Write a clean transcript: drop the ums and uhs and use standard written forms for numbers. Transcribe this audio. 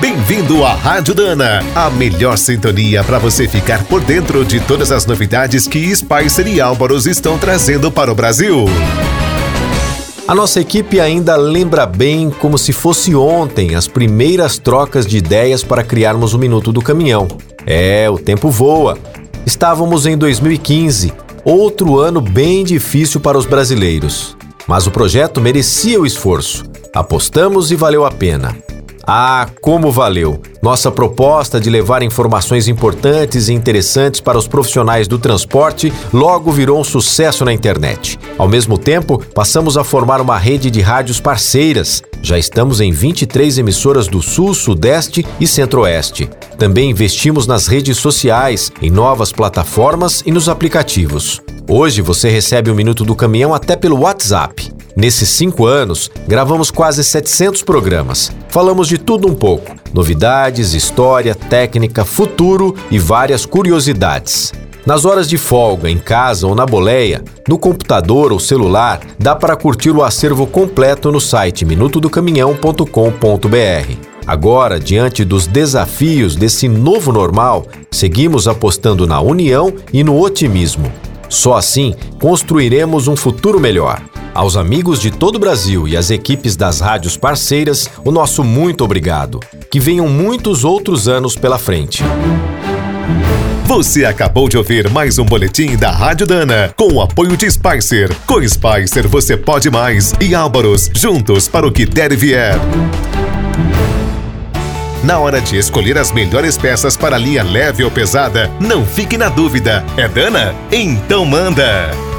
Bem-vindo à Rádio Dana, a melhor sintonia para você ficar por dentro de todas as novidades que Spicer e Álvaros estão trazendo para o Brasil. A nossa equipe ainda lembra bem, como se fosse ontem, as primeiras trocas de ideias para criarmos o Minuto do Caminhão. O tempo voa. Estávamos em 2015, outro ano bem difícil para os brasileiros. Mas o projeto merecia o esforço. Apostamos e valeu a pena. Como valeu! Nossa proposta de levar informações importantes e interessantes para os profissionais do transporte logo virou um sucesso na internet. Ao mesmo tempo, passamos a formar uma rede de rádios parceiras. Já estamos em 23 emissoras do Sul, Sudeste e Centro-Oeste. Também investimos nas redes sociais, em novas plataformas e nos aplicativos. Hoje você recebe o Minuto do Caminhão até pelo WhatsApp. Nesses 5 anos, gravamos quase 700 programas. Falamos de tudo um pouco. Novidades, história, técnica, futuro e várias curiosidades. Nas horas de folga, em casa ou na boleia, no computador ou celular, dá para curtir o acervo completo no site minutodocaminhão.com.br. Agora, diante dos desafios desse novo normal, seguimos apostando na união e no otimismo. Só assim construiremos um futuro melhor. Aos amigos de todo o Brasil e às equipes das rádios parceiras, o nosso muito obrigado. Que venham muitos outros anos pela frente. Você acabou de ouvir mais um boletim da Rádio Dana, com o apoio de Spicer. Com Spicer você pode mais. E Álvaros, juntos para o que der e vier. Na hora de escolher as melhores peças para a linha leve ou pesada, não fique na dúvida. É Dana? Então manda!